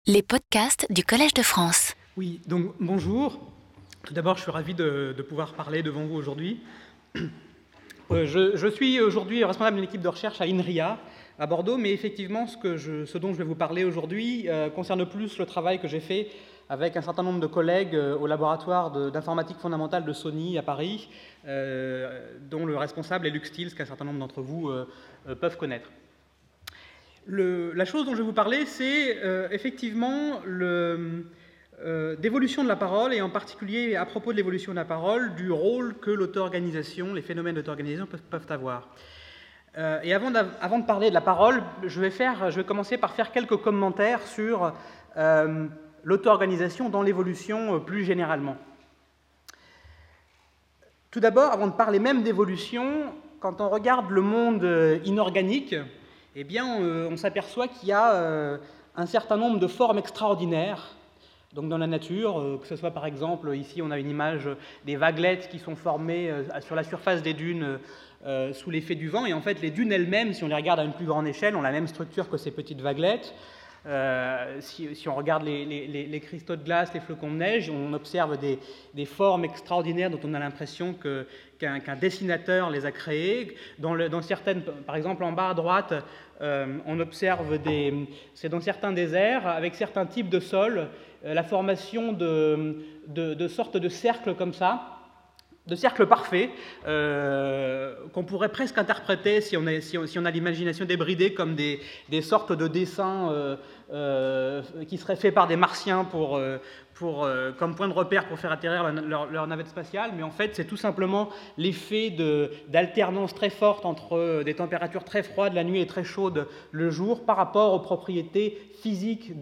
Les podcasts du Collège de France. Oui, donc bonjour. Tout d'abord, je suis ravi de pouvoir parler devant vous aujourd'hui. Je suis aujourd'hui responsable d'une équipe de recherche à INRIA, à Bordeaux, mais effectivement, ce dont je vais vous parler aujourd'hui concerne plus le travail que j'ai fait avec un certain nombre de collègues au laboratoire d'informatique fondamentale de Sony à Paris, dont le responsable est Luc Stills, qu'un certain nombre d'entre vous peuvent connaître. La chose dont je vais vous parler, c'est effectivement d'évolution de la parole, et en particulier à propos de l'évolution de la parole, du rôle que l'auto-organisation, les phénomènes d'auto-organisation peuvent avoir. Et avant de parler de la parole, je vais commencer par faire quelques commentaires sur l'auto-organisation dans l'évolution plus généralement. Tout d'abord, avant de parler même d'évolution, quand on regarde le monde inorganique, eh bien, on s'aperçoit qu'il y a un certain nombre de formes extraordinaires donc dans la nature, que ce soit par exemple, ici on a une image des vaguelettes qui sont formées sur la surface des dunes sous l'effet du vent, et en fait les dunes elles-mêmes, si on les regarde à une plus grande échelle, ont la même structure que ces petites vaguelettes. Si on regarde les cristaux de glace, les flocons de neige, on observe des formes extraordinaires dont on a l'impression qu'un dessinateur les a créées. Dans certaines, par exemple en bas à droite, on observe c'est dans certains déserts, avec certains types de sols, la formation de sortes de cercles comme ça, de cercles parfaits, qu'on pourrait presque interpréter, si on a l'imagination débridée, comme des sortes de dessins qui seraient faits par des martiens comme point de repère pour faire atterrir leur navette spatiale. Mais en fait, c'est tout simplement l'effet d'alternance très forte entre des températures très froides la nuit et très chaudes le jour par rapport aux propriétés physiques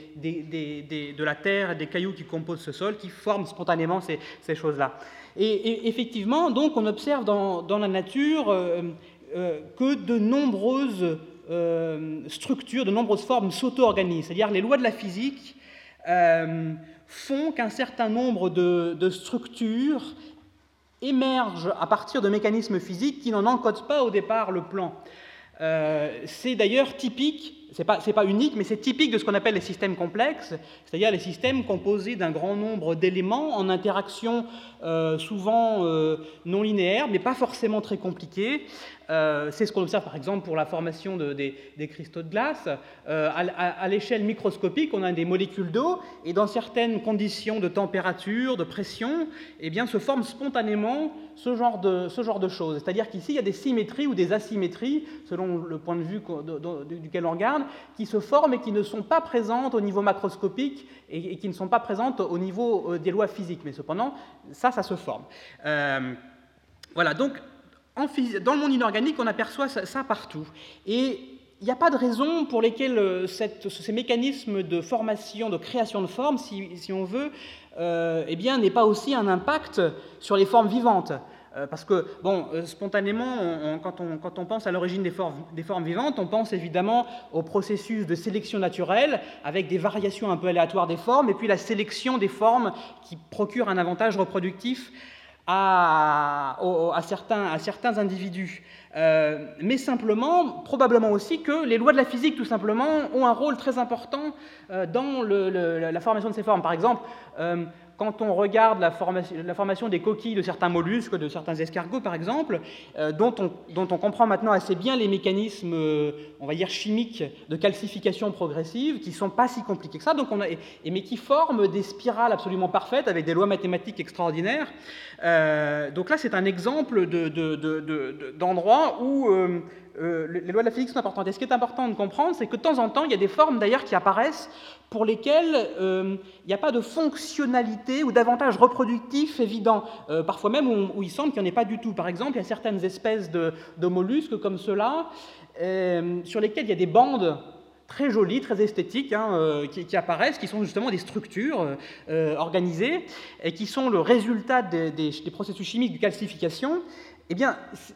de la terre et des cailloux qui composent ce sol, qui forment spontanément ces choses-là. Et effectivement, donc, on observe dans la nature que de nombreuses structures, de nombreuses formes s'auto-organisent. C'est-à-dire les lois de la physique font qu'un certain nombre de structures émergent à partir de mécanismes physiques qui n'en encodent pas au départ le plan. C'est d'ailleurs typique, c'est pas unique, mais c'est typique de ce qu'on appelle les systèmes complexes, c'est-à-dire les systèmes composés d'un grand nombre d'éléments en interaction souvent non linéaire, mais pas forcément très compliqués. C'est ce qu'on observe par exemple pour la formation des cristaux de glace. À l'échelle microscopique, on a des molécules d'eau, et dans certaines conditions de température, de pression, eh bien, se forment spontanément ce genre de choses. C'est-à-dire qu'ici, il y a des symétries ou des asymétries, selon le point de vue duquel on regarde, qui se forment et qui ne sont pas présentes au niveau macroscopique et qui ne sont pas présentes au niveau des lois physiques. Mais cependant, ça se forme. Voilà, donc, dans le monde inorganique, on aperçoit ça partout. Et il n'y a pas de raison pour lesquelles ces mécanismes de formation, de création de formes, si on veut, eh bien, n'aient pas aussi un impact sur les formes vivantes. Parce que, spontanément, quand on pense à l'origine des formes vivantes, on pense évidemment au processus de sélection naturelle, avec des variations un peu aléatoires des formes, et puis la sélection des formes qui procurent un avantage reproductif à certains individus. Mais simplement, probablement aussi que les lois de la physique, tout simplement, ont un rôle très important dans la formation de ces formes. Par exemple, quand on regarde la formation des coquilles de certains mollusques, de certains escargots par exemple, dont on comprend maintenant assez bien les mécanismes, on va dire chimiques, de calcification progressive, qui ne sont pas si compliqués que ça, mais qui forment des spirales absolument parfaites avec des lois mathématiques extraordinaires. Donc là, c'est un exemple d'endroit où les lois de la physique sont importantes. Et ce qui est important de comprendre, c'est que de temps en temps, il y a des formes d'ailleurs qui apparaissent pour lesquelles il n'y a pas de fonctionnalité ou d'avantage reproductif évident, parfois même où il semble qu'il n'y en ait pas du tout. Par exemple, il y a certaines espèces de mollusques comme ceux-là, sur lesquels il y a des bandes très jolies, très esthétiques, qui apparaissent, qui sont justement des structures organisées, et qui sont le résultat des processus chimiques de calcification. Eh bien,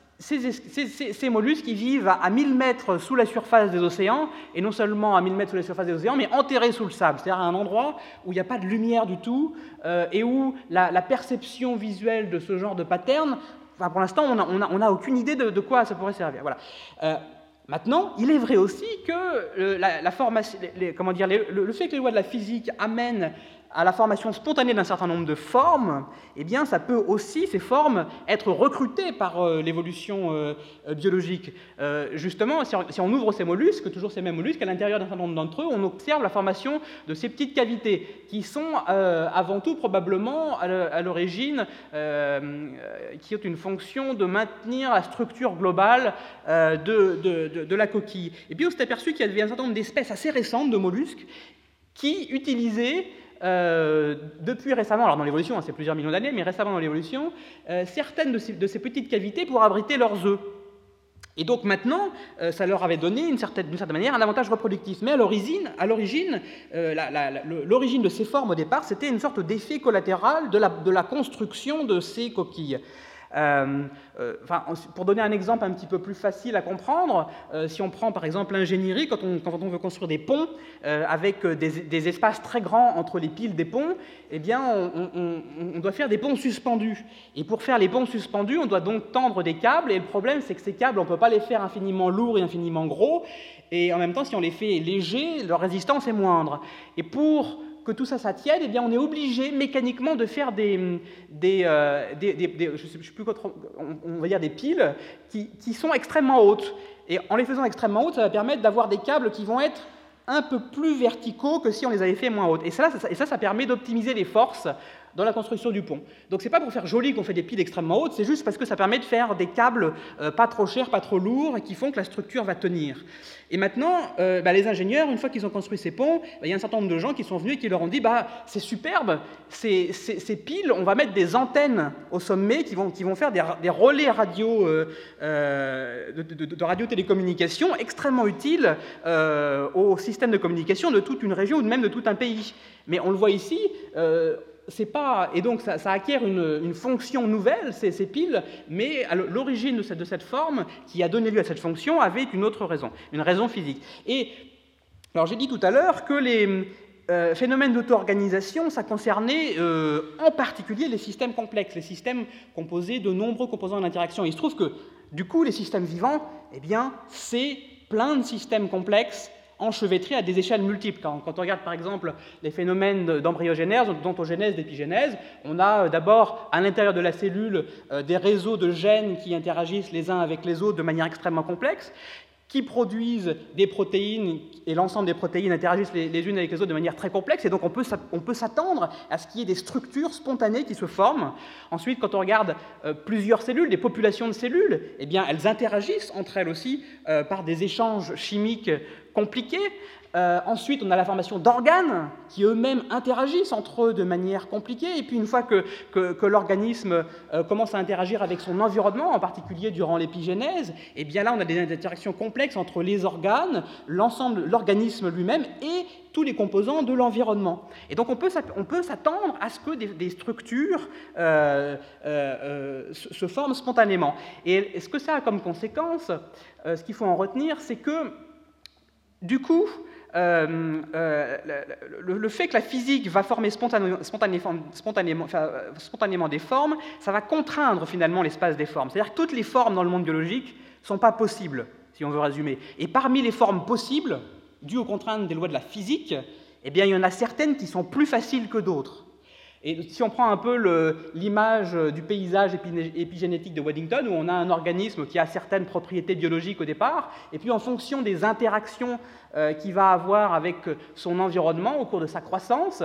ces mollusques, ils vivent à 1000 mètres sous la surface des océans, et non seulement à 1000 mètres sous la surface des océans, mais enterrés sous le sable, c'est-à-dire à un endroit où il n'y a pas de lumière du tout, et où la perception visuelle de ce genre de pattern, pour l'instant, on n'a aucune idée de quoi ça pourrait servir. Voilà. Maintenant, il est vrai aussi que la formation, comment dire, le fait que les lois de la physique amènent à la formation spontanée d'un certain nombre de formes, eh bien, ça peut aussi, ces formes, être recrutées par l'évolution biologique. Justement, si on ouvre ces mollusques, toujours ces mêmes mollusques, à l'intérieur d'un certain nombre d'entre eux, on observe la formation de ces petites cavités, qui sont avant tout probablement à l'origine, qui ont une fonction de maintenir la structure globale de la coquille. Et puis on s'est aperçu qu'il y avait un certain nombre d'espèces assez récentes de mollusques qui utilisaient depuis récemment, alors dans l'évolution, hein, c'est plusieurs millions d'années, mais récemment dans l'évolution, certaines de ces petites cavités pour abriter leurs œufs. Et donc maintenant, ça leur avait donné d'une certaine manière un avantage reproductif. Mais à l'origine, l'origine de ces formes au départ, c'était une sorte d'effet collatéral de la construction de ces coquilles. Pour donner un exemple un petit peu plus facile à comprendre, si on prend par exemple l'ingénierie, quand on veut construire des ponts avec des espaces très grands entre les piles des ponts, eh bien on doit faire des ponts suspendus. Et pour faire les ponts suspendus, on doit donc tendre des câbles, et le problème c'est que ces câbles, on ne peut pas les faire infiniment lourds et infiniment gros, et en même temps si on les fait légers, leur résistance est moindre. Et pour que tout ça tienne, eh bien, on est obligé mécaniquement de faire on va dire des piles qui sont extrêmement hautes. Et en les faisant extrêmement hautes, ça va permettre d'avoir des câbles qui vont être un peu plus verticaux que si on les avait fait moins hautes. Et ça permet d'optimiser les forces dans la construction du pont. Donc c'est pas pour faire joli qu'on fait des piles extrêmement hautes, c'est juste parce que ça permet de faire des câbles pas trop chers, pas trop lourds, et qui font que la structure va tenir. Et maintenant, les ingénieurs, une fois qu'ils ont construit ces ponts, il y a un certain nombre de gens qui sont venus et qui leur ont dit c'est superbe, ces piles, on va mettre des antennes au sommet qui vont faire des relais radio de radiotélécommunication extrêmement utiles au système de communication de toute une région ou même de tout un pays. Mais on le voit ici, c'est pas, et donc ça acquiert une fonction nouvelle, ces piles, mais l'origine de cette forme qui a donné lieu à cette fonction avait une autre raison, une raison physique. Et alors j'ai dit tout à l'heure que les phénomènes d'auto-organisation, ça concernait en particulier les systèmes complexes, les systèmes composés de nombreux composants d'interaction. Il se trouve que, du coup, les systèmes vivants, eh bien, c'est plein de systèmes complexes enchevêtrés à des échelles multiples. Quand on regarde par exemple les phénomènes d'embryogenèse, d'ontogénèse, d'épigénèse, on a d'abord à l'intérieur de la cellule des réseaux de gènes qui interagissent les uns avec les autres de manière extrêmement complexe, qui produisent des protéines, et l'ensemble des protéines interagissent les unes avec les autres de manière très complexe, et donc on peut s'attendre à ce qu'il y ait des structures spontanées qui se forment. Ensuite, quand on regarde plusieurs cellules, des populations de cellules, eh bien, elles interagissent entre elles aussi par des échanges chimiques compliqués. Ensuite, on a la formation d'organes qui eux-mêmes interagissent entre eux de manière compliquée. Et puis, une fois que l'organisme commence à interagir avec son environnement, en particulier durant l'épigénèse, eh bien là, on a des interactions complexes entre les organes, l'organisme lui-même et tous les composants de l'environnement. Et donc, on peut s'attendre à ce que des structures se forment spontanément. Et ce que ça a comme conséquence, ce qu'il faut en retenir, c'est que, du coup, le fait que la physique va former spontanément des formes, ça va contraindre finalement l'espace des formes. C'est-à-dire que toutes les formes dans le monde biologique ne sont pas possibles, si on veut résumer. Et parmi les formes possibles, dues aux contraintes des lois de la physique, eh bien, il y en a certaines qui sont plus faciles que d'autres. Et si on prend un peu l'image du paysage épigénétique de Waddington, où on a un organisme qui a certaines propriétés biologiques au départ, et puis en fonction des interactions qu'il va avoir avec son environnement au cours de sa croissance,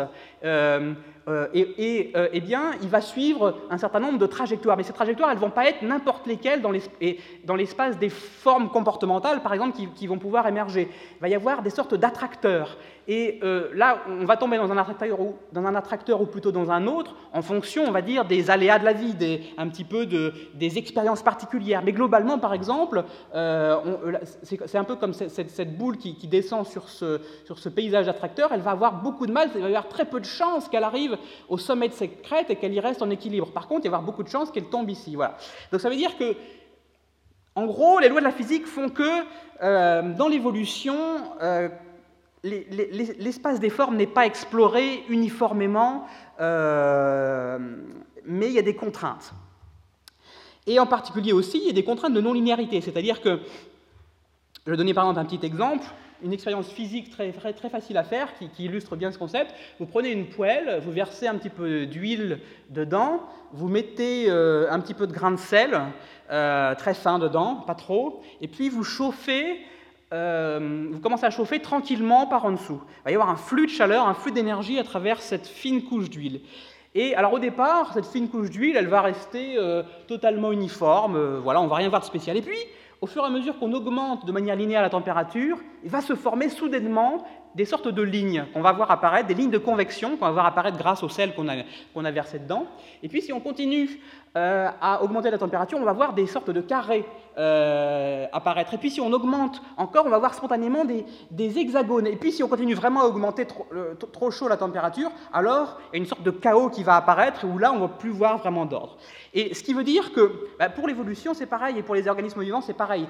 eh bien, il va suivre un certain nombre de trajectoires. Mais ces trajectoires, elles ne vont pas être n'importe lesquelles dans l'espace des formes comportementales, par exemple, qui vont pouvoir émerger. Il va y avoir des sortes d'attracteurs. Et là, on va tomber dans un attracteur ou plutôt dans un autre, en fonction, on va dire, des aléas de la vie, un petit peu des expériences particulières. Mais globalement, par exemple, c'est un peu comme cette boule qui descend sur ce paysage d'attracteur, elle va avoir beaucoup de mal, il va y avoir très peu de chances qu'elle arrive au sommet de cette crête et qu'elle y reste en équilibre. Par contre, il va y avoir beaucoup de chances qu'elle tombe ici. Voilà. Donc ça veut dire que, en gros, les lois de la physique font que, dans l'évolution, l'espace des formes n'est pas exploré uniformément, mais il y a des contraintes. Et en particulier aussi, il y a des contraintes de non-linéarité, c'est-à-dire que Je vais donner par exemple un petit exemple, une expérience physique très facile à faire qui illustre bien ce concept. Vous prenez une poêle, vous versez un petit peu d'huile dedans, vous mettez un petit peu de grain de sel, très fin dedans, pas trop, et puis vous chauffez, vous commencez à chauffer tranquillement par en dessous. Il va y avoir un flux de chaleur, un flux d'énergie à travers cette fine couche d'huile. Et alors au départ, cette fine couche d'huile, elle va rester totalement uniforme, voilà, on ne va rien voir de spécial. Et puis, au fur et à mesure qu'on augmente de manière linéaire la température, il va se former soudainement des sortes de lignes qu'on va voir apparaître, des lignes de convection qu'on va voir apparaître grâce au sel qu'on a versé dedans. Et puis si on continue à augmenter la température, on va voir des sortes de carrés apparaître. Et puis si on augmente encore, on va voir spontanément des hexagones. Et puis si on continue vraiment à augmenter trop chaud la température, alors il y a une sorte de chaos qui va apparaître où là on ne va plus voir vraiment d'ordre. Et ce qui veut dire que pour l'évolution c'est pareil et pour les organismes vivants c'est pareil.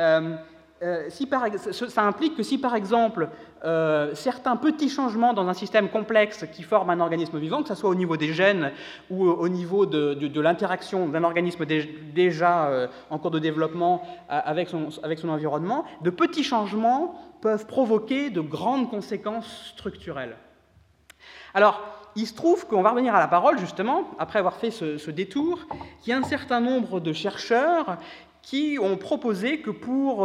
Ça implique que si par exemple certains petits changements dans un système complexe qui forme un organisme vivant, que ce soit au niveau des gènes ou au niveau de l'interaction d'un organisme déjà en cours de développement avec son environnement, de petits changements peuvent provoquer de grandes conséquences structurelles. Alors, il se trouve qu'on va revenir à la parole, justement, après avoir fait ce détour, qu'il y a un certain nombre de chercheurs qui ont proposé que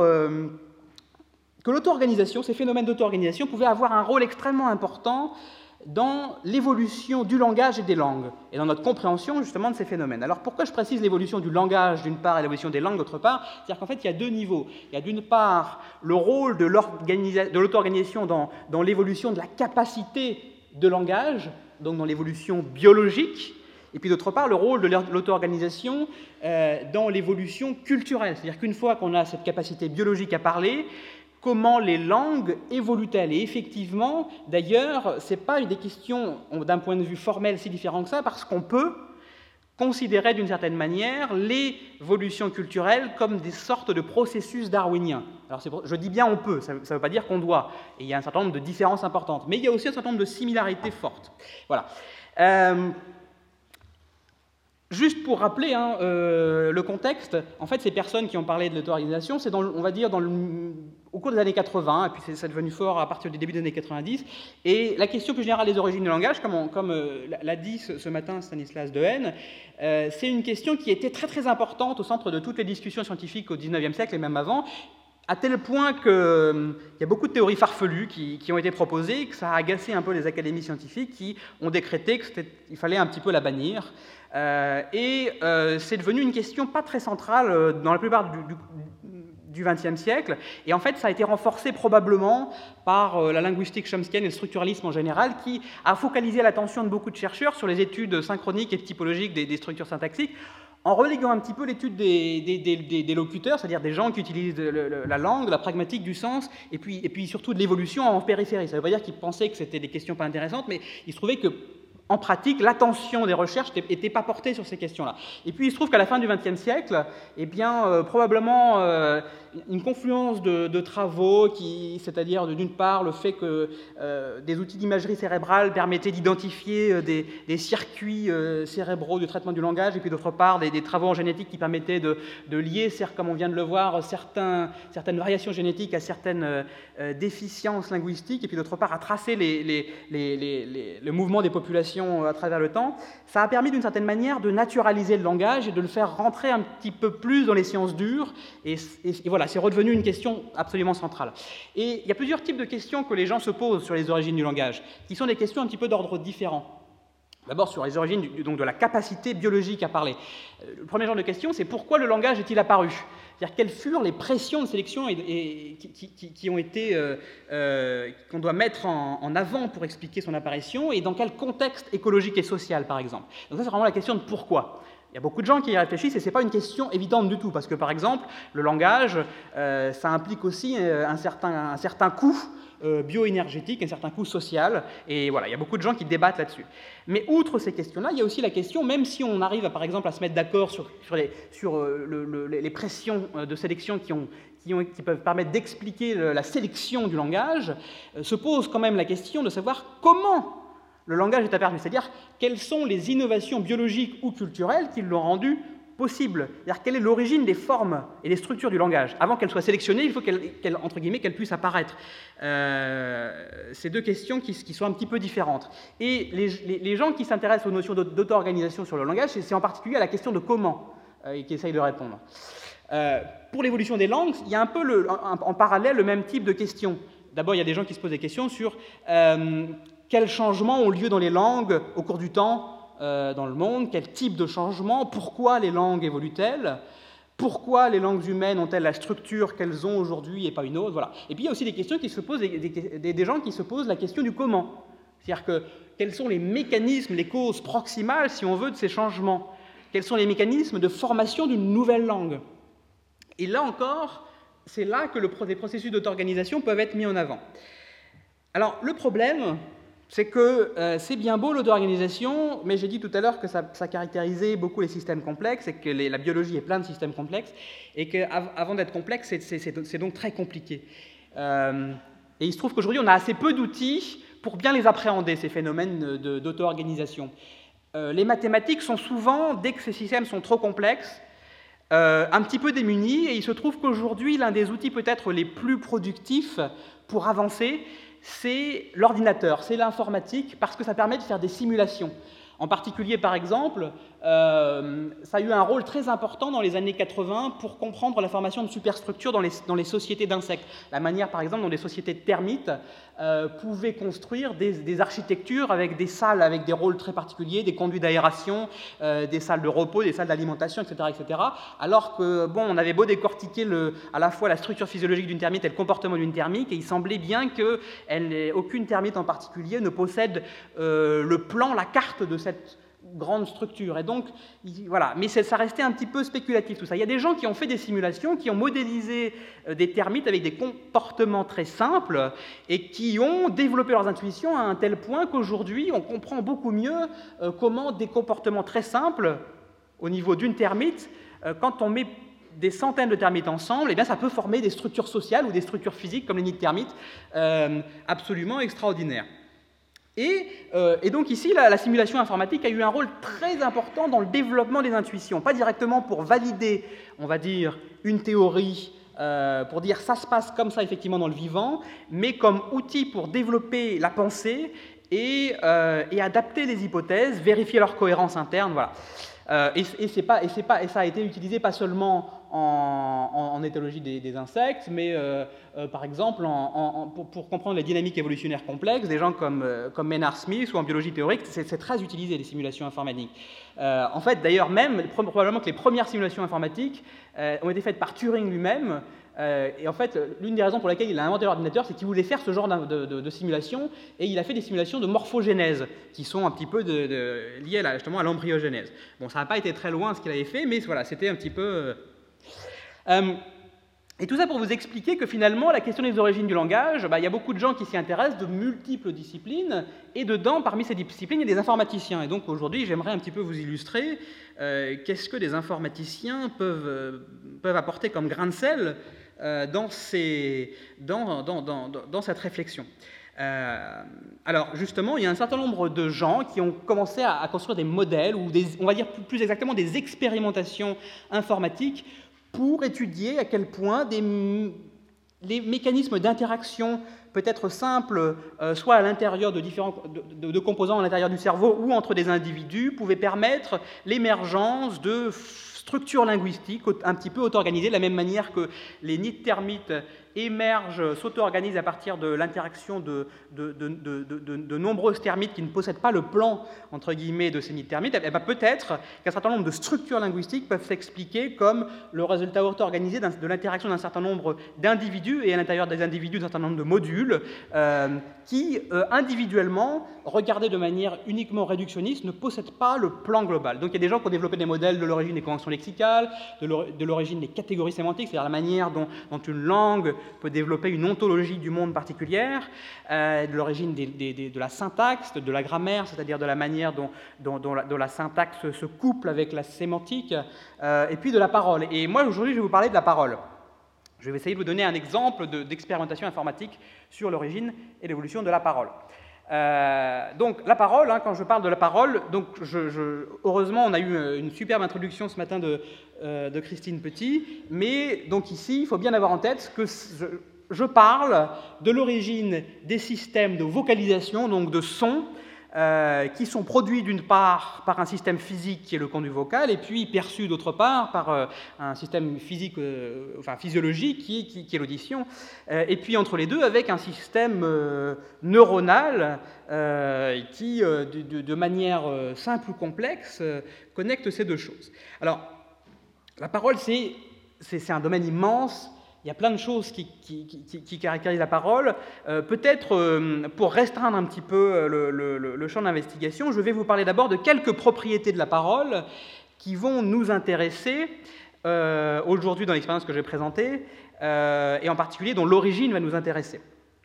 que l'auto-organisation, ces phénomènes d'auto-organisation, pouvaient avoir un rôle extrêmement important dans l'évolution du langage et des langues, et dans notre compréhension justement de ces phénomènes. Alors pourquoi je précise l'évolution du langage d'une part et l'évolution des langues d'autre part? C'est-à-dire qu'en fait il y a deux niveaux. Il y a d'une part le rôle de l'auto-organisation dans l'évolution de la capacité de langage, donc dans l'évolution biologique, et puis d'autre part le rôle de l'auto-organisation dans l'évolution culturelle. C'est-à-dire qu'une fois qu'on a cette capacité biologique à parler, comment les langues évoluent-elles? Et effectivement, d'ailleurs, ce n'est pas des questions d'un point de vue formel si différent que ça, parce qu'on peut considérer d'une certaine manière l'évolution culturelle comme des sortes de processus darwiniens. Alors je dis bien on peut, ça ne veut pas dire qu'on doit. Et il y a un certain nombre de différences importantes, mais il y a aussi un certain nombre de similarités fortes. Voilà. Juste pour rappeler le contexte, en fait, ces personnes qui ont parlé de l'auto-organisation, c'est, on va dire, au cours des années 80, et puis c'est devenu fort à partir du début des années 90, et la question plus générale des origines du langage, comme l'a dit ce matin Stanislas Dehaene, c'est une question qui était très très importante au centre de toutes les discussions scientifiques au XIXe siècle et même avant, à tel point qu'il y a beaucoup de théories farfelues qui ont été proposées, que ça a agacé un peu les académies scientifiques qui ont décrété qu'il fallait un petit peu la bannir. C'est devenu une question pas très centrale dans la plupart du XXe siècle, et en fait ça a été renforcé probablement par la linguistique chomskienne et le structuralisme en général, qui a focalisé l'attention de beaucoup de chercheurs sur les études synchroniques et typologiques des structures syntaxiques, en reléguant un petit peu l'étude des locuteurs, c'est-à-dire des gens qui utilisent la langue, la pragmatique du sens, et puis surtout de l'évolution en périphérie. Ça ne veut pas dire qu'ils pensaient que c'était des questions pas intéressantes, mais il se trouvait que en pratique, l'attention des recherches n'était pas portée sur ces questions-là. Et puis, il se trouve qu'à la fin du XXe siècle, eh bien, probablement une confluence de travaux, c'est-à-dire d'une part le fait que des outils d'imagerie cérébrale permettaient d'identifier des circuits cérébraux du traitement du langage, et puis d'autre part des travaux en génétique qui permettaient de lier, comme on vient de le voir, certaines variations génétiques à certaines déficiences linguistiques, et puis d'autre part à tracer le mouvement des populations à travers le temps. Ça a permis d'une certaine manière de naturaliser le langage et de le faire rentrer un petit peu plus dans les sciences dures, et voilà, c'est redevenu une question absolument centrale. Et il y a plusieurs types de questions que les gens se posent sur les origines du langage, qui sont des questions un petit peu d'ordre différent. D'abord sur les origines donc de la capacité biologique à parler. Le premier genre de question, c'est pourquoi le langage est-il apparu? C'est-à-dire quelles furent les pressions de sélection qui ont été qu'on doit mettre en avant pour expliquer son apparition, et dans quel contexte écologique et social, par exemple. Donc ça, c'est vraiment la question de pourquoi. Il y a beaucoup de gens qui y réfléchissent, et ce n'est pas une question évidente du tout, parce que, par exemple, le langage, ça implique aussi un certain coût bioénergétique, un certain coût social, et voilà, il y a beaucoup de gens qui débattent là-dessus. Mais outre ces questions-là, il y a aussi la question, même si on arrive, par exemple, à se mettre d'accord sur les pressions de sélection qui peuvent permettre d'expliquer la sélection du langage, se pose quand même la question de savoir comment le langage est apparu, c'est-à-dire quelles sont les innovations biologiques ou culturelles qui l'ont rendu possible. C'est-à-dire quelle est l'origine des formes et des structures du langage. Avant qu'elles soient sélectionnées, il faut entre guillemets, qu'elles puissent apparaître. C'est deux questions qui sont un petit peu différentes. Et les gens qui s'intéressent aux notions d'auto-organisation sur le langage, c'est en particulier à la question de comment, et qui essayent de répondre. Pour l'évolution des langues, il y a un peu en parallèle le même type de questions. D'abord, il y a des gens qui se posent des questions sur quels changements ont lieu dans les langues au cours du temps dans le monde, quel type de changement, pourquoi les langues évoluent-elles, pourquoi les langues humaines ont-elles la structure qu'elles ont aujourd'hui et pas une autre, voilà. Et puis il y a aussi des questions qui se posent, des gens qui se posent la question du comment. C'est-à-dire que quels sont les mécanismes, les causes proximales, si on veut, de ces changements? Quels sont les mécanismes de formation d'une nouvelle langue? Et là encore, c'est là que les processus d'auto-organisation peuvent être mis en avant. Alors, le problème, c'est que c'est bien beau l'auto-organisation, mais j'ai dit tout à l'heure que ça caractérisait beaucoup les systèmes complexes, et que la biologie est pleine de systèmes complexes, et qu'avant d'être complexe, c'est donc très compliqué. Et il se trouve qu'aujourd'hui, on a assez peu d'outils pour bien les appréhender, ces phénomènes d'auto-organisation. Les mathématiques sont souvent, dès que ces systèmes sont trop complexes, un petit peu démunis, et il se trouve qu'aujourd'hui, l'un des outils peut-être les plus productifs pour avancer, c'est l'ordinateur, c'est l'informatique, parce que ça permet de faire des simulations. En particulier, par exemple, ça a eu un rôle très important dans les années 80 pour comprendre la formation de superstructures dans les sociétés d'insectes. La manière, par exemple, dont des sociétés de termites pouvaient construire des architectures avec des salles avec des rôles très particuliers, des conduits d'aération, des salles de repos, des salles d'alimentation, etc., etc. Alors que, bon, on avait beau décortiquer à la fois la structure physiologique d'une termite et le comportement d'une termite, et il semblait bien qu'aucune termite en particulier ne possède le plan, la carte de cette grande structure. Et donc, voilà. Mais ça restait un petit peu spéculatif, tout ça. Il y a des gens qui ont fait des simulations, qui ont modélisé des termites avec des comportements très simples et qui ont développé leurs intuitions à un tel point qu'aujourd'hui, on comprend beaucoup mieux comment des comportements très simples, au niveau d'une termite, quand on met des centaines de termites ensemble, eh bien, ça peut former des structures sociales ou des structures physiques, comme les nids de termites, absolument extraordinaires. Et donc ici, la simulation informatique a eu un rôle très important dans le développement des intuitions. Pas directement pour valider, on va dire, une théorie, pour dire ça se passe comme ça effectivement dans le vivant, mais comme outil pour développer la pensée et adapter les hypothèses, vérifier leur cohérence interne, voilà. Et ça a été utilisé pas seulement en éthologie des insectes, mais par exemple pour comprendre les dynamiques évolutionnaires complexes, des gens comme Maynard Smith ou en biologie théorique, c'est très utilisé les simulations informatiques. En fait, d'ailleurs même, probablement que les premières simulations informatiques ont été faites par Turing lui-même. Et en fait, l'une des raisons pour lesquelles il a inventé l'ordinateur, c'est qu'il voulait faire ce genre de simulation, et il a fait des simulations de morphogénèse, qui sont un petit peu liées justement à l'embryogenèse. Bon, ça n'a pas été très loin ce qu'il avait fait, mais voilà, c'était un petit peu... Et tout ça pour vous expliquer que finalement, la question des origines du langage, il y a beaucoup de gens qui s'y intéressent, de multiples disciplines, et dedans, parmi ces disciplines, il y a des informaticiens. Et donc aujourd'hui, j'aimerais un petit peu vous illustrer qu'est-ce que des informaticiens peuvent apporter comme grain de sel dans cette réflexion. Alors justement, il y a un certain nombre de gens qui ont commencé à construire des modèles, ou on va dire plus exactement des expérimentations informatiques pour étudier à quel point les mécanismes d'interaction peut-être simples, soit à l'intérieur de composants à l'intérieur du cerveau ou entre des individus, pouvaient permettre l'émergence de structures linguistiques un petit peu auto-organisées, de la même manière que les nids de termites émergent, s'auto-organisent à partir de l'interaction de nombreuses termites qui ne possèdent pas le plan, entre guillemets, de ces nids de termites. Et bien peut-être qu'un certain nombre de structures linguistiques peuvent s'expliquer comme le résultat auto-organisé de l'interaction d'un certain nombre d'individus, et à l'intérieur des individus d'un certain nombre de modules, qui, individuellement, regardés de manière uniquement réductionniste, ne possèdent pas le plan global. Donc il y a des gens qui ont développé des modèles de l'origine des conventions lexicales, de l'origine des catégories sémantiques, c'est-à-dire la manière dont une langue peut développer une ontologie du monde particulière, de l'origine de la syntaxe, de la grammaire, c'est-à-dire de la manière dont la syntaxe se couple avec la sémantique, et puis de la parole. Et moi, aujourd'hui, je vais vous parler de la parole. Je vais essayer de vous donner un exemple d'expérimentation informatique sur l'origine et l'évolution de la parole. Donc la parole, quand je parle de la parole, donc heureusement on a eu une superbe introduction ce matin de Christine Petit, mais donc ici il faut bien avoir en tête que je parle de l'origine des systèmes de vocalisation, donc de son, qui sont produits d'une part par un système physique qui est le conduit vocal, et puis perçus d'autre part par un système physique, physiologique qui est l'audition, et puis entre les deux avec un système neuronal qui, de manière simple ou complexe, connecte ces deux choses. Alors, la parole, c'est un domaine immense. Il y a plein de choses qui caractérisent la parole. Peut-être, pour restreindre un petit peu le champ d'investigation, je vais vous parler d'abord de quelques propriétés de la parole qui vont nous intéresser aujourd'hui dans l'expérience que je vais présenter, et en particulier dont l'origine va nous intéresser.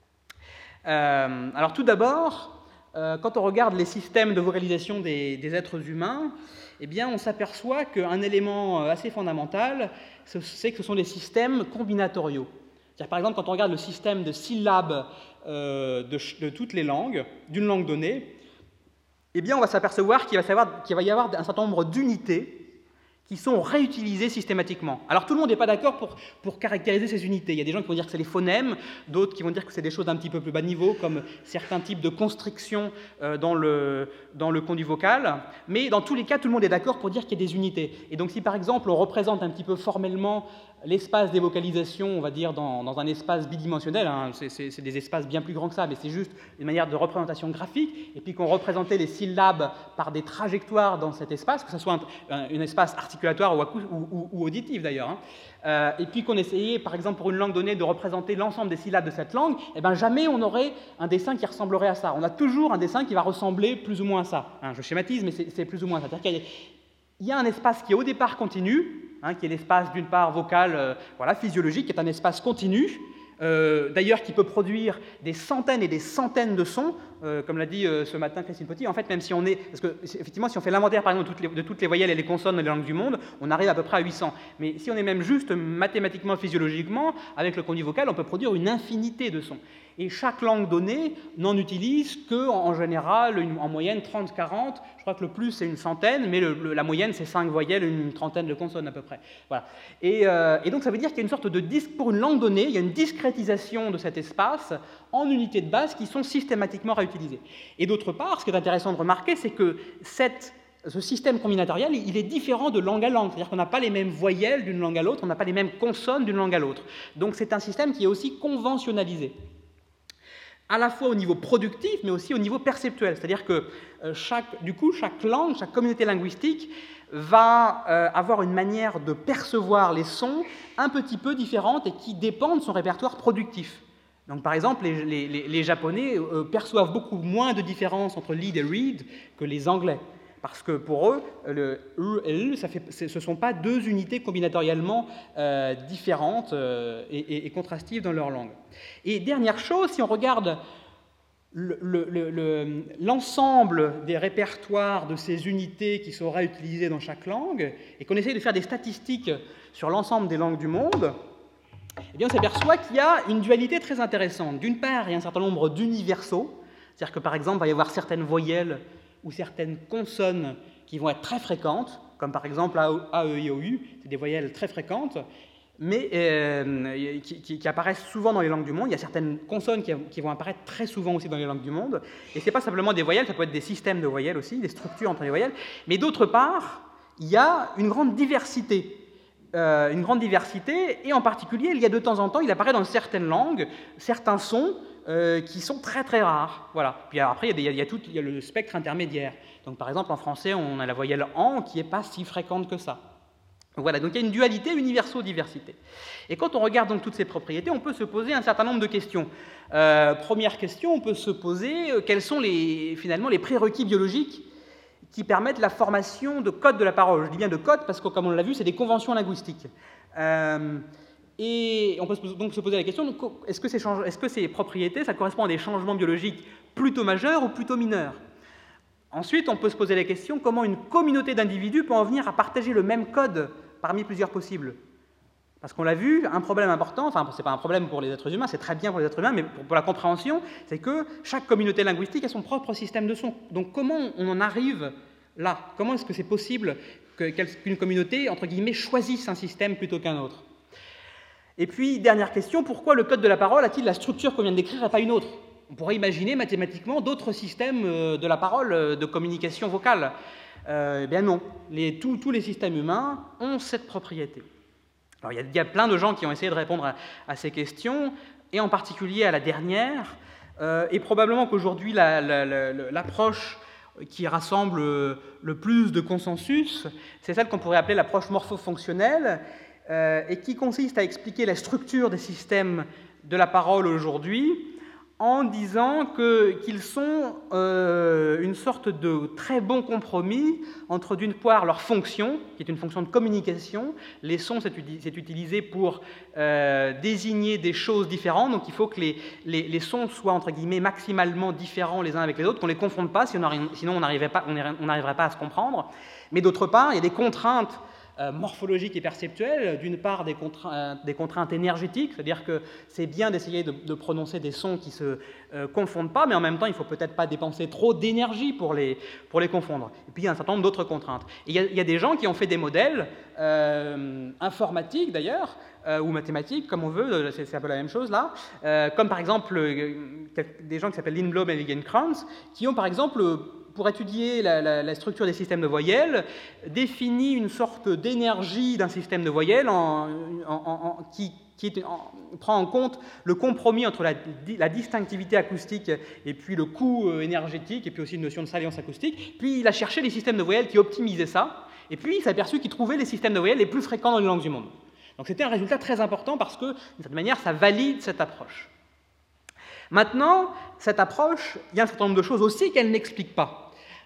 Alors tout d'abord, quand on regarde les systèmes de vocalisation des êtres humains, eh bien, on s'aperçoit qu'un élément assez fondamental, c'est que ce sont des systèmes combinatoriaux. C'est-à-dire, par exemple, quand on regarde le système de syllabes de toutes les langues, d'une langue donnée, eh bien, on va s'apercevoir qu'il va y avoir un certain nombre d'unités qui sont réutilisées systématiquement. Alors tout le monde n'est pas d'accord pour caractériser ces unités. Il y a des gens qui vont dire que c'est les phonèmes, d'autres qui vont dire que c'est des choses d'un petit peu plus bas niveau, comme certains types de constrictions dans le conduit vocal. Mais dans tous les cas, tout le monde est d'accord pour dire qu'il y a des unités. Et donc si par exemple on représente un petit peu formellement l'espace des vocalisations, on va dire, dans un espace bidimensionnel, c'est des espaces bien plus grands que ça, mais c'est juste une manière de représentation graphique, et puis qu'on représentait les syllabes par des trajectoires dans cet espace, que ce soit un espace articulatoire ou auditif d'ailleurs, et puis qu'on essayait, par exemple, pour une langue donnée, de représenter l'ensemble des syllabes de cette langue, et bien jamais on aurait un dessin qui ressemblerait à ça. On a toujours un dessin qui va ressembler plus ou moins à ça. Je schématise, mais c'est plus ou moins ça. C'est-à-dire qu'il y a un espace qui est au départ continu, qui est l'espace d'une part vocal, physiologique, qui est un espace continu, d'ailleurs qui peut produire des centaines et des centaines de sons, comme l'a dit ce matin Christine Petit. En fait, même si on est... Parce que, effectivement, si on fait l'inventaire, par exemple, de toutes les voyelles et les consonnes dans les langues du monde, on arrive à peu près à 800. Mais si on est même juste mathématiquement, physiologiquement, avec le conduit vocal, on peut produire une infinité de sons. Et chaque langue donnée n'en utilise qu'en général, en moyenne, 30-40. Je crois que le plus, c'est une centaine, mais la moyenne, c'est 5 voyelles, une trentaine de consonnes à peu près. Voilà. Et donc, ça veut dire qu'il y a une sorte de pour une langue donnée, il y a une discrétisation de cet espace en unités de base qui sont systématiquement réutilisées. Et d'autre part, ce qui est intéressant de remarquer, c'est que ce système combinatorial, il est différent de langue à langue. C'est-à-dire qu'on n'a pas les mêmes voyelles d'une langue à l'autre, on n'a pas les mêmes consonnes d'une langue à l'autre. Donc, c'est un système qui est aussi conventionnalisé, à la fois au niveau productif, mais aussi au niveau perceptuel. C'est-à-dire que chaque langue, chaque communauté linguistique va avoir une manière de percevoir les sons un petit peu différente et qui dépend de son répertoire productif. Donc, par exemple, les Japonais perçoivent beaucoup moins de différence entre lead et read que les Anglais. Parce que pour eux, le et le, ce ne sont pas deux unités combinatorialement différentes et contrastives dans leur langue. Et dernière chose, si on regarde l'ensemble des répertoires de ces unités qui sont réutilisées dans chaque langue, et qu'on essaye de faire des statistiques sur l'ensemble des langues du monde, eh bien on s'aperçoit qu'il y a une dualité très intéressante. D'une part, il y a un certain nombre d'universaux, c'est-à-dire que par exemple, il va y avoir certaines voyelles ou certaines consonnes qui vont être très fréquentes, comme par exemple A, E, I, O, U, c'est des voyelles très fréquentes, mais qui apparaissent souvent dans les langues du monde. Il y a certaines consonnes qui vont apparaître très souvent aussi dans les langues du monde, et ce n'est pas simplement des voyelles, ça peut être des systèmes de voyelles aussi, des structures entre les voyelles, mais d'autre part, il y a une grande diversité. Et en particulier, il y a de temps en temps, il apparaît dans certaines langues, certains sons qui sont très très rares. Voilà. Puis après, il y a le spectre intermédiaire. Donc par exemple, en français, on a la voyelle AN qui n'est pas si fréquente que ça. Voilà, donc il y a une dualité universo-diversité. Et quand on regarde donc toutes ces propriétés, on peut se poser un certain nombre de questions. Première question, on peut se poser quels sont finalement les prérequis biologiques qui permettent la formation de codes de la parole. Je dis bien de codes parce que, comme on l'a vu, c'est des conventions linguistiques. Et on peut donc se poser la question, est-ce que ces propriétés, ça correspond à des changements biologiques plutôt majeurs ou plutôt mineurs? Ensuite, on peut se poser la question, comment une communauté d'individus peut en venir à partager le même code parmi plusieurs possibles? Parce qu'on l'a vu, un problème important, enfin, ce n'est pas un problème pour les êtres humains, c'est très bien pour les êtres humains, mais pour la compréhension, c'est que chaque communauté linguistique a son propre système de son. Donc comment on en arrive là? Comment est-ce que c'est possible qu'une communauté, entre guillemets, choisisse un système plutôt qu'un autre? Et puis, dernière question, pourquoi le code de la parole a-t-il la structure qu'on vient de décrire et pas une autre? On pourrait imaginer mathématiquement d'autres systèmes de la parole, de communication vocale. Eh bien non, tous les systèmes humains ont cette propriété. Alors, il y a plein de gens qui ont essayé de répondre à ces questions, et en particulier à la dernière, et probablement qu'aujourd'hui, l'approche qui rassemble le plus de consensus, c'est celle qu'on pourrait appeler l'approche morpho-fonctionnelle, et qui consiste à expliquer la structure des systèmes de la parole aujourd'hui en disant qu'ils sont une sorte de très bon compromis entre, d'une part, leur fonction, qui est une fonction de communication. Les sons, c'est utilisé pour désigner des choses différentes, donc il faut que les sons soient, entre guillemets, maximalement différents les uns avec les autres, qu'on ne les confonde pas, sinon on n'arriverait pas à se comprendre. Mais d'autre part, il y a des contraintes morphologiques et perceptuelles, d'une part des contraintes énergétiques, c'est-à-dire que c'est bien d'essayer de prononcer des sons qui ne se confondent pas, mais en même temps, il ne faut peut-être pas dépenser trop d'énergie pour les confondre. Et puis, il y a un certain nombre d'autres contraintes. Et il y a des gens qui ont fait des modèles informatiques, d'ailleurs, ou mathématiques, comme on veut, c'est un peu la même chose là, comme par exemple des gens qui s'appellent Lindblom et Wiegand-Kranz, qui ont par exemple, pour étudier la structure des systèmes de voyelles, défini une sorte d'énergie d'un système de voyelles qui prend en compte le compromis entre la distinctivité acoustique et puis le coût énergétique, et puis aussi une notion de salience acoustique. Puis il a cherché les systèmes de voyelles qui optimisaient ça, et puis il s'est aperçu qu'il trouvait les systèmes de voyelles les plus fréquents dans les langues du monde. Donc c'était un résultat très important parce que, d'une certaine manière, ça valide cette approche. Maintenant, cette approche, il y a un certain nombre de choses aussi qu'elle n'explique pas.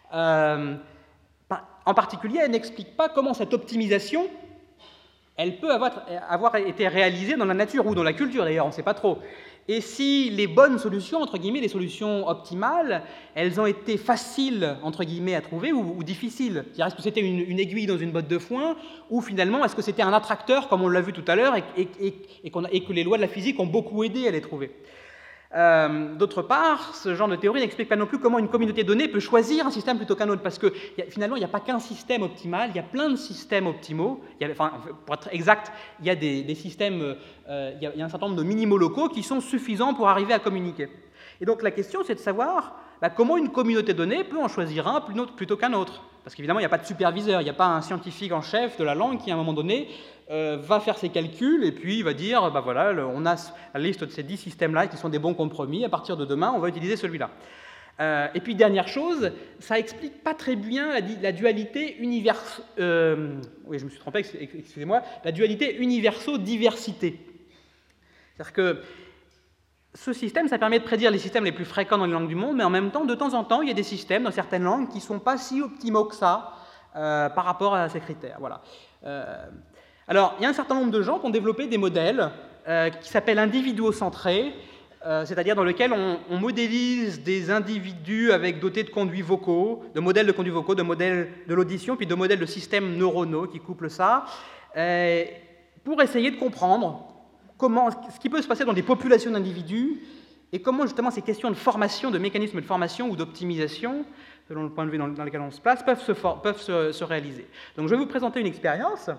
En particulier, elle n'explique pas comment cette optimisation, elle peut avoir été réalisée dans la nature ou dans la culture, d'ailleurs, on ne sait pas trop. Et si les bonnes solutions, entre guillemets, les solutions optimales, elles ont été faciles, entre guillemets, à trouver ou difficiles. C'est-à-dire, est-ce que c'était une aiguille dans une botte de foin, ou finalement, est-ce que c'était un attracteur, comme on l'a vu tout à l'heure, et que les lois de la physique ont beaucoup aidé à les trouver. D'autre part, ce genre de théorie n'explique pas non plus comment une communauté donnée peut choisir un système plutôt qu'un autre, parce que finalement, il n'y a pas qu'un système optimal, il y a plein de systèmes optimaux. Pour être exact, il y a des systèmes, il y a un certain nombre de minimaux locaux qui sont suffisants pour arriver à communiquer. Et donc la question, c'est de savoir comment une communauté donnée peut en choisir un plutôt qu'un autre. Parce qu'évidemment, il n'y a pas de superviseur, il n'y a pas un scientifique en chef de la langue qui, à un moment donné, va faire ses calculs et puis il va dire, voilà, on a la liste de ces 10 systèmes-là qui sont des bons compromis, à partir de demain, on va utiliser celui-là. Et puis, dernière chose, ça explique pas très bien la dualité oui, je me suis trompé, excusez-moi, la dualité universo-diversité. C'est-à-dire que ce système, ça permet de prédire les systèmes les plus fréquents dans les langues du monde, mais en même temps, de temps en temps, il y a des systèmes dans certaines langues qui ne sont pas si optimaux que ça par rapport à ces critères. Voilà. Alors, il y a un certain nombre de gens qui ont développé des modèles qui s'appellent individuocentrés, c'est-à-dire dans lesquels on modélise des individus dotés de conduits vocaux, de modèles de conduits vocaux, de modèles de l'audition, puis de modèles de systèmes neuronaux qui couplent ça, pour essayer de comprendre ce qui peut se passer dans des populations d'individus et comment justement ces questions de formation, de mécanismes de formation ou d'optimisation, selon le point de vue dans lequel on se place, peuvent se réaliser. Donc je vais vous présenter une expérience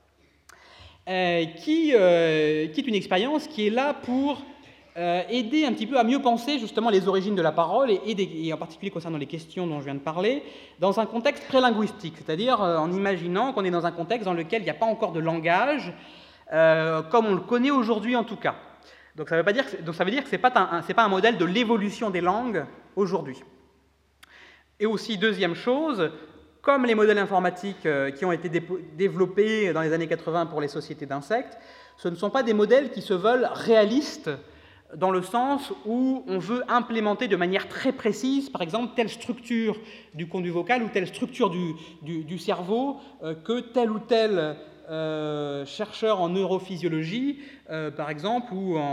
qui est une expérience qui est là pour aider un petit peu à mieux penser justement les origines de la parole et en particulier concernant les questions dont je viens de parler, dans un contexte prélinguistique, c'est-à-dire en imaginant qu'on est dans un contexte dans lequel il n'y a pas encore de langage, comme on le connaît aujourd'hui en tout cas. Donc ça veut dire que ce n'est pas un modèle de l'évolution des langues aujourd'hui. Et aussi, deuxième chose, comme les modèles informatiques qui ont été développés dans les années 80 pour les sociétés d'insectes, ce ne sont pas des modèles qui se veulent réalistes dans le sens où on veut implémenter de manière très précise, par exemple, telle structure du conduit vocal ou telle structure du cerveau que tel ou tel chercheur en neurophysiologie, par exemple,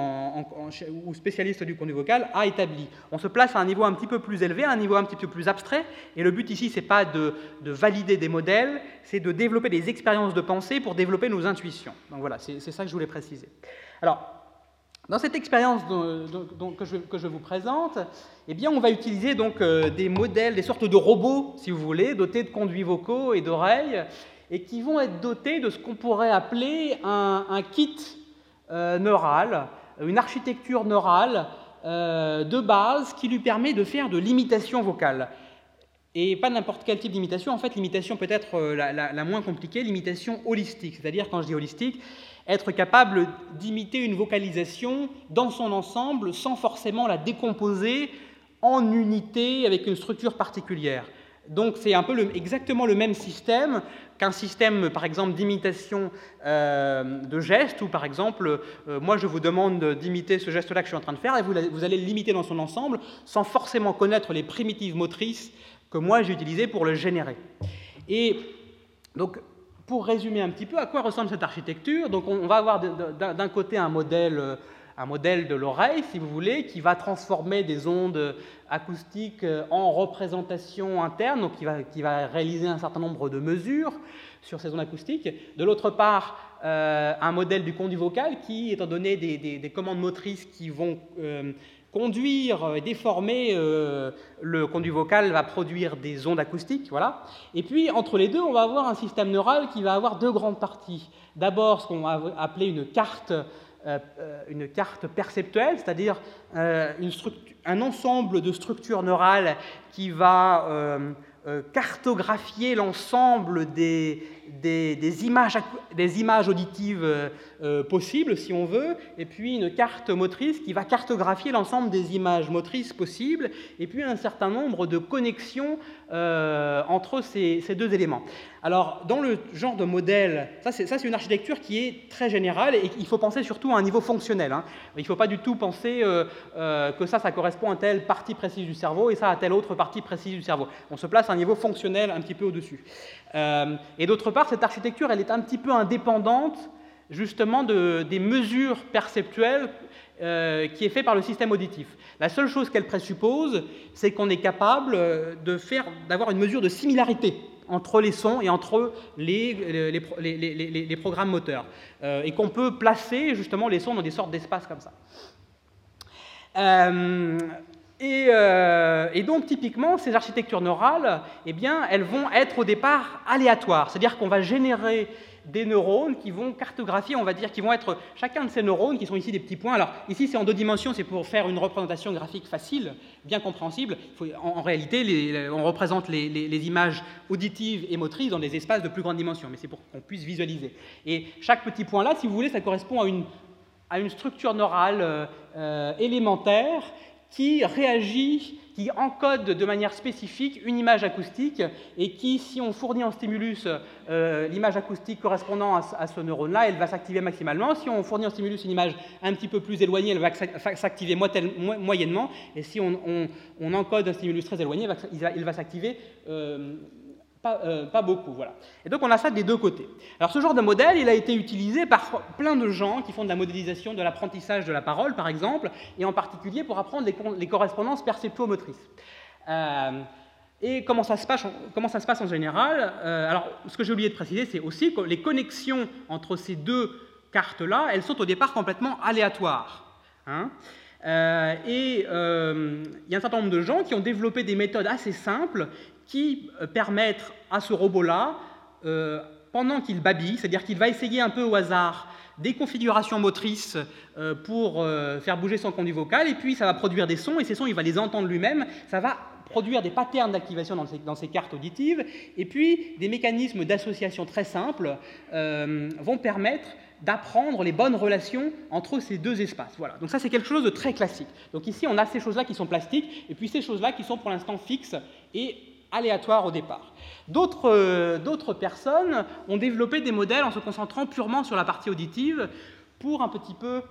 ou spécialiste du conduit vocal, a établi. On se place à un niveau un petit peu plus élevé, à un niveau un petit peu plus abstrait, et le but ici, ce n'est pas de valider des modèles, c'est de développer des expériences de pensée pour développer nos intuitions. Donc voilà, c'est ça que je voulais préciser. Alors, dans cette expérience que je vous présente, eh bien, on va utiliser donc des modèles, des sortes de robots, si vous voulez, dotés de conduits vocaux et d'oreilles, et qui vont être dotés de ce qu'on pourrait appeler un kit neural, une architecture neurale de base qui lui permet de faire de l'imitation vocale. Et pas n'importe quel type d'imitation, en fait, l'imitation peut-être la moins compliquée, l'imitation holistique. C'est-à-dire, quand je dis holistique, être capable d'imiter une vocalisation dans son ensemble sans forcément la décomposer en unités avec une structure particulière. Donc c'est un peu exactement le même système qu'un système, par exemple, d'imitation de gestes, où par exemple, moi je vous demande d'imiter ce geste-là que je suis en train de faire, et vous allez l'imiter dans son ensemble sans forcément connaître les primitives motrices que moi j'ai utilisées pour le générer. Et donc, pour résumer un petit peu, à quoi ressemble cette architecture? Donc on va avoir d'un côté un modèle de l'oreille, si vous voulez, qui va transformer des ondes acoustiques en représentation interne, donc qui va réaliser un certain nombre de mesures sur ces ondes acoustiques. De l'autre part, un modèle du conduit vocal qui, étant donné des commandes motrices qui vont conduire, déformer le conduit vocal, va produire des ondes acoustiques, voilà. Et puis, entre les deux, on va avoir un système neural qui va avoir deux grandes parties. D'abord, ce qu'on va appeler une carte perceptuelle, c'est-à-dire un ensemble de structures neurales qui va cartographier l'ensemble des images auditives possibles, si on veut, et puis une carte motrice qui va cartographier l'ensemble des images motrices possibles, et puis un certain nombre de connexions entre ces deux éléments. Alors, dans le genre de modèle, ça c'est une architecture qui est très générale, et il faut penser surtout à un niveau fonctionnel. Hein. Il ne faut pas du tout penser que ça correspond à telle partie précise du cerveau, et ça à telle autre partie précise du cerveau. On se place à un niveau fonctionnel un petit peu au-dessus. Et d'autre part, cette architecture, elle est un petit peu indépendante, justement, des mesures perceptuelles qui est fait par le système auditif. La seule chose qu'elle présuppose, c'est qu'on est capable d'avoir une mesure de similarité entre les sons et entre les programmes moteurs, et qu'on peut placer justement les sons dans des sortes d'espaces comme ça. Et donc, typiquement, ces architectures neurales, eh bien, elles vont être au départ aléatoires, c'est-à-dire qu'on va générer des neurones qui vont cartographier, on va dire, qui vont être chacun de ces neurones, qui sont ici des petits points. Alors, ici, c'est en 2 dimensions, c'est pour faire une représentation graphique facile, bien compréhensible. En réalité, on représente les images auditives et motrices dans des espaces de plus grande dimension, mais c'est pour qu'on puisse visualiser. Et chaque petit point-là, si vous voulez, ça correspond à une structure neurale élémentaire qui réagit, qui encode de manière spécifique une image acoustique, et qui, si on fournit en stimulus l'image acoustique correspondant à ce neurone-là, elle va s'activer maximalement. Si on fournit en stimulus une image un petit peu plus éloignée, elle va s'activer moyennement, et si on encode un stimulus très éloigné, il va s'activer pas beaucoup, voilà. Et donc on a ça des deux côtés. Alors ce genre de modèle, il a été utilisé par plein de gens qui font de la modélisation de l'apprentissage de la parole, par exemple, et en particulier pour apprendre les correspondances perceptuomotrices. Et comment ça se passe en général? Alors ce que j'ai oublié de préciser, c'est aussi que les connexions entre ces deux cartes-là, elles sont au départ complètement aléatoires. Hein. Il y a un certain nombre de gens qui ont développé des méthodes assez simples qui permettent à ce robot-là, pendant qu'il babille, c'est-à-dire qu'il va essayer un peu au hasard des configurations motrices pour faire bouger son conduit vocal, et puis ça va produire des sons, et ces sons, il va les entendre lui-même, ça va produire des patterns d'activation dans ces cartes auditives, et puis des mécanismes d'association très simples vont permettre d'apprendre les bonnes relations entre ces deux espaces. Voilà. Donc ça, c'est quelque chose de très classique. Donc ici, on a ces choses-là qui sont plastiques, et puis ces choses-là qui sont pour l'instant fixes et aléatoires au départ. D'autres personnes ont développé des modèles en se concentrant purement sur la partie auditive pour un petit peu...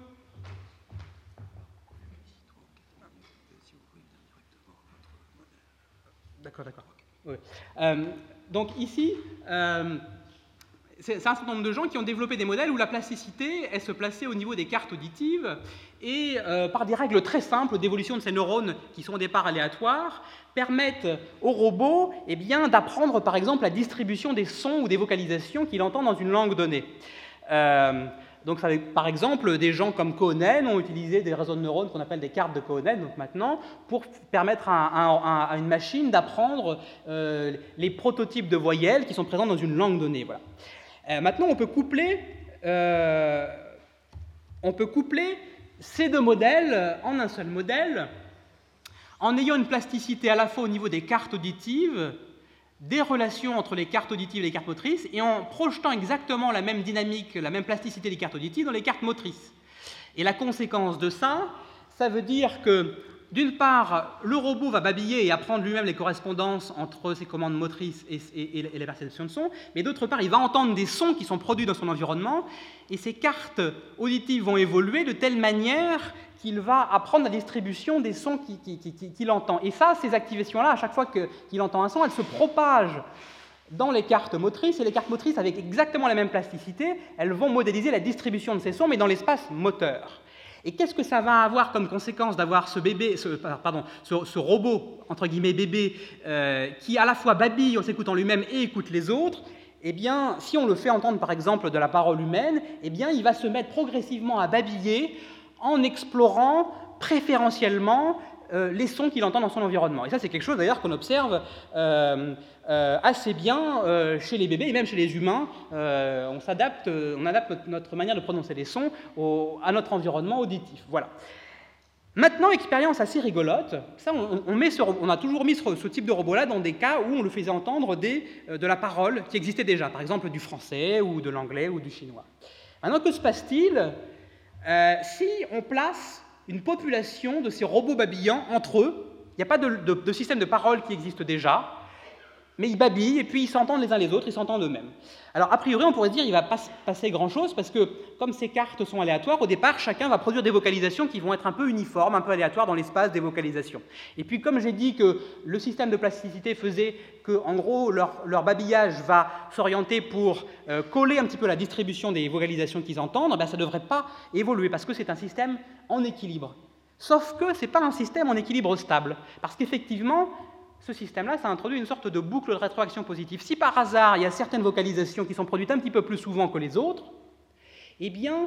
D'accord. Oui. Donc ici, c'est un certain nombre de gens qui ont développé des modèles où la plasticité, elle se plaçait au niveau des cartes auditives et par des règles très simples d'évolution de ces neurones qui sont au départ aléatoires, permettent au robot d'apprendre par exemple la distribution des sons ou des vocalisations qu'il entend dans une langue donnée. Donc, par exemple, des gens comme Cohen ont utilisé des réseaux de neurones qu'on appelle des cartes de Cohen, donc maintenant, pour permettre à une machine d'apprendre les prototypes de voyelles qui sont présents dans une langue donnée. Voilà. Maintenant, on peut coupler ces deux modèles en un seul modèle en ayant une plasticité à la fois au niveau des cartes auditives, des relations entre les cartes auditives et les cartes motrices, et en projetant exactement la même dynamique, la même plasticité des cartes auditives dans les cartes motrices. Et la conséquence de ça, ça veut dire que, d'une part, le robot va babiller et apprendre lui-même les correspondances entre ses commandes motrices et la perception de son, mais d'autre part, il va entendre des sons qui sont produits dans son environnement, et ces cartes auditives vont évoluer de telle manière qu'il va apprendre la distribution des sons qu'il entend. Et ça, ces activations-là, à chaque fois qu'il entend un son, elles se propagent dans les cartes motrices, et les cartes motrices, avec exactement la même plasticité, elles vont modéliser la distribution de ces sons, mais dans l'espace moteur. Et qu'est-ce que ça va avoir comme conséquence d'avoir ce robot, entre guillemets bébé, qui à la fois babille en s'écoutant lui-même et écoute les autres? Eh bien, si on le fait entendre par exemple de la parole humaine, eh bien, il va se mettre progressivement à babiller en explorant préférentiellement les sons qu'il entend dans son environnement. Et ça, c'est quelque chose d'ailleurs qu'on observe assez bien chez les bébés et même chez les humains. On adapte notre manière de prononcer les sons à notre environnement auditif. Voilà. Maintenant, expérience assez rigolote, ça, on a toujours mis ce type de robot-là dans des cas où on le faisait entendre de la parole qui existait déjà, par exemple du français ou de l'anglais ou du chinois. Maintenant, que se passe-t-il si on place une population de ces robots babillants entre eux? Il n'y a pas de système de parole qui existe déjà, mais ils babillent et puis ils s'entendent les uns les autres, ils s'entendent eux-mêmes. Alors, a priori, on pourrait se dire qu'il ne va pas se passer grand-chose parce que, comme ces cartes sont aléatoires, au départ, chacun va produire des vocalisations qui vont être un peu uniformes, un peu aléatoires dans l'espace des vocalisations. Et puis, comme j'ai dit que le système de plasticité faisait que, en gros, leur babillage va s'orienter pour coller un petit peu la distribution des vocalisations qu'ils entendent, ça ne devrait pas évoluer parce que c'est un système en équilibre. Sauf que ce n'est pas un système en équilibre stable, parce qu'effectivement, ce système-là, ça introduit une sorte de boucle de rétroaction positive. Si par hasard, il y a certaines vocalisations qui sont produites un petit peu plus souvent que les autres, eh bien,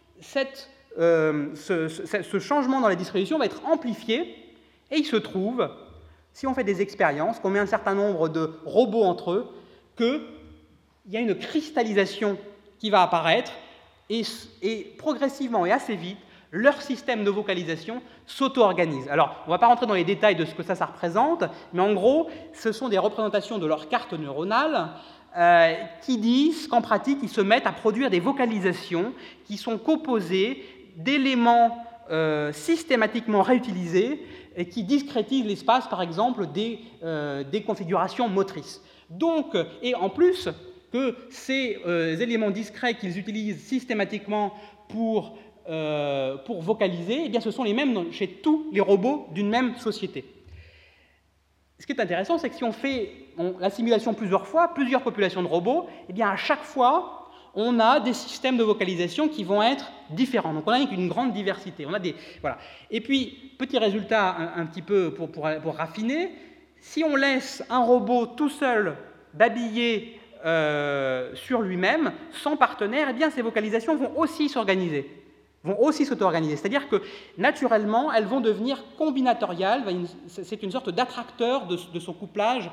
ce changement dans la distribution va être amplifié, et il se trouve, si on fait des expériences, qu'on met un certain nombre de robots entre eux, qu'il y a une cristallisation qui va apparaître, et progressivement et assez vite, leur système de vocalisation s'auto-organise. Alors, on ne va pas rentrer dans les détails de ce que ça représente, mais en gros, ce sont des représentations de leur carte neuronale qui disent qu'en pratique, ils se mettent à produire des vocalisations qui sont composées d'éléments systématiquement réutilisés et qui discrétisent l'espace, par exemple, des configurations motrices. Donc, et en plus, que ces éléments discrets qu'ils utilisent systématiquement pour vocaliser, eh bien, ce sont les mêmes chez tous les robots d'une même société. Ce qui est intéressant, c'est que si on fait la simulation plusieurs fois, plusieurs populations de robots, eh bien, à chaque fois, on a des systèmes de vocalisation qui vont être différents. Donc, on a une grande diversité. Voilà. Et puis, petit résultat un petit peu pour raffiner, si on laisse un robot tout seul babiller sur lui-même, sans partenaire, eh bien, ces vocalisations vont aussi s'organiser. Vont aussi s'auto-organiser. C'est-à-dire que, naturellement, elles vont devenir combinatoriales. C'est une sorte d'attracteur de son couplage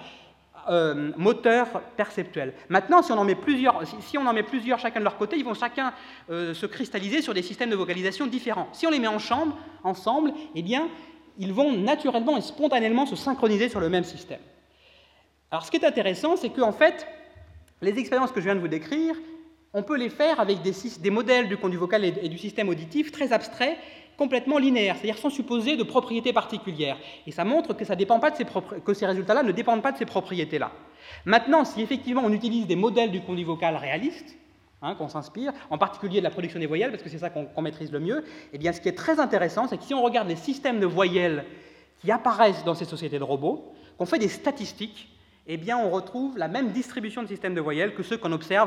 moteur-perceptuel. Maintenant, si on en met plusieurs chacun de leur côté, ils vont chacun se cristalliser sur des systèmes de vocalisation différents. Si on les met ensemble, eh bien, ils vont naturellement et spontanément se synchroniser sur le même système. Alors, ce qui est intéressant, c'est qu'en fait, les expériences que je viens de vous décrire, on peut les faire avec des modèles du conduit vocal et du système auditif très abstraits, complètement linéaires, c'est-à-dire sans supposer de propriétés particulières. Et ça montre que ces résultats-là ne dépendent pas de ces propriétés-là. Maintenant, si effectivement on utilise des modèles du conduit vocal réalistes, qu'on s'inspire, en particulier de la production des voyelles, parce que c'est ça qu'on maîtrise le mieux, eh bien, ce qui est très intéressant, c'est que si on regarde les systèmes de voyelles qui apparaissent dans ces sociétés de robots, qu'on fait des statistiques, eh bien, on retrouve la même distribution de systèmes de voyelles que ceux qu'on observe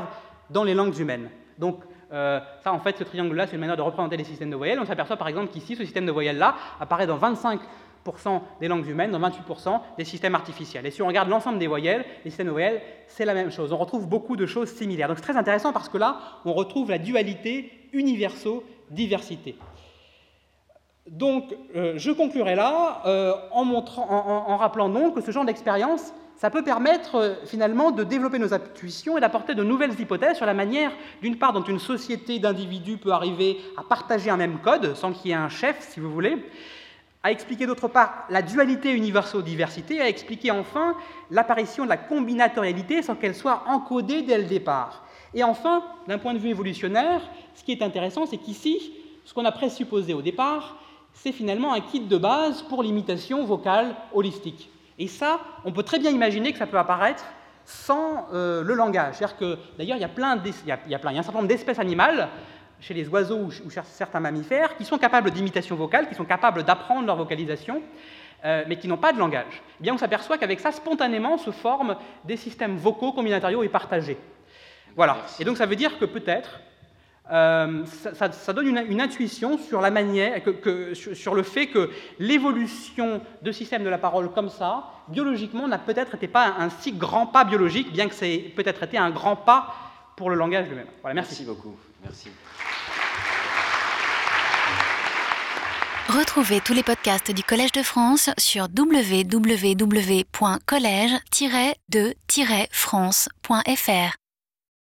dans les langues humaines. Donc, ça, en fait, ce triangle-là, c'est une manière de représenter les systèmes de voyelles. On s'aperçoit par exemple qu'ici, ce système de voyelles-là apparaît dans 25% des langues humaines, dans 28% des systèmes artificiels. Et si on regarde l'ensemble des voyelles, les systèmes de voyelles, c'est la même chose. On retrouve beaucoup de choses similaires. Donc c'est très intéressant parce que là, on retrouve la dualité universo-diversité. Donc, je conclurai là en rappelant donc que ce genre d'expérience, ça peut permettre finalement de développer nos intuitions et d'apporter de nouvelles hypothèses sur la manière, d'une part, dont une société d'individus peut arriver à partager un même code, sans qu'il y ait un chef, si vous voulez, à expliquer d'autre part la dualité universo-diversité, à expliquer enfin l'apparition de la combinatorialité sans qu'elle soit encodée dès le départ. Et enfin, d'un point de vue évolutionnaire, ce qui est intéressant, c'est qu'ici, ce qu'on a présupposé au départ, c'est finalement un kit de base pour l'imitation vocale holistique. Et ça, on peut très bien imaginer que ça peut apparaître sans le langage. C'est-à-dire que, d'ailleurs, il y a un certain nombre d'espèces animales, chez les oiseaux ou chez certains mammifères, qui sont capables d'imitation vocale, qui sont capables d'apprendre leur vocalisation, mais qui n'ont pas de langage. Eh bien, on s'aperçoit qu'avec ça, spontanément, se forment des systèmes vocaux combinatoriaux et partagés. Voilà. Merci. Et donc, ça veut dire que peut-être, ça donne une intuition sur la manière, sur le fait que l'évolution de systèmes de la parole comme ça, biologiquement, n'a peut-être été pas un si grand pas biologique, bien que ça ait peut-être été un grand pas pour le langage lui-même. Voilà, merci. Merci beaucoup. Merci. Retrouvez tous les podcasts du Collège de France sur www.collège-de-france.fr.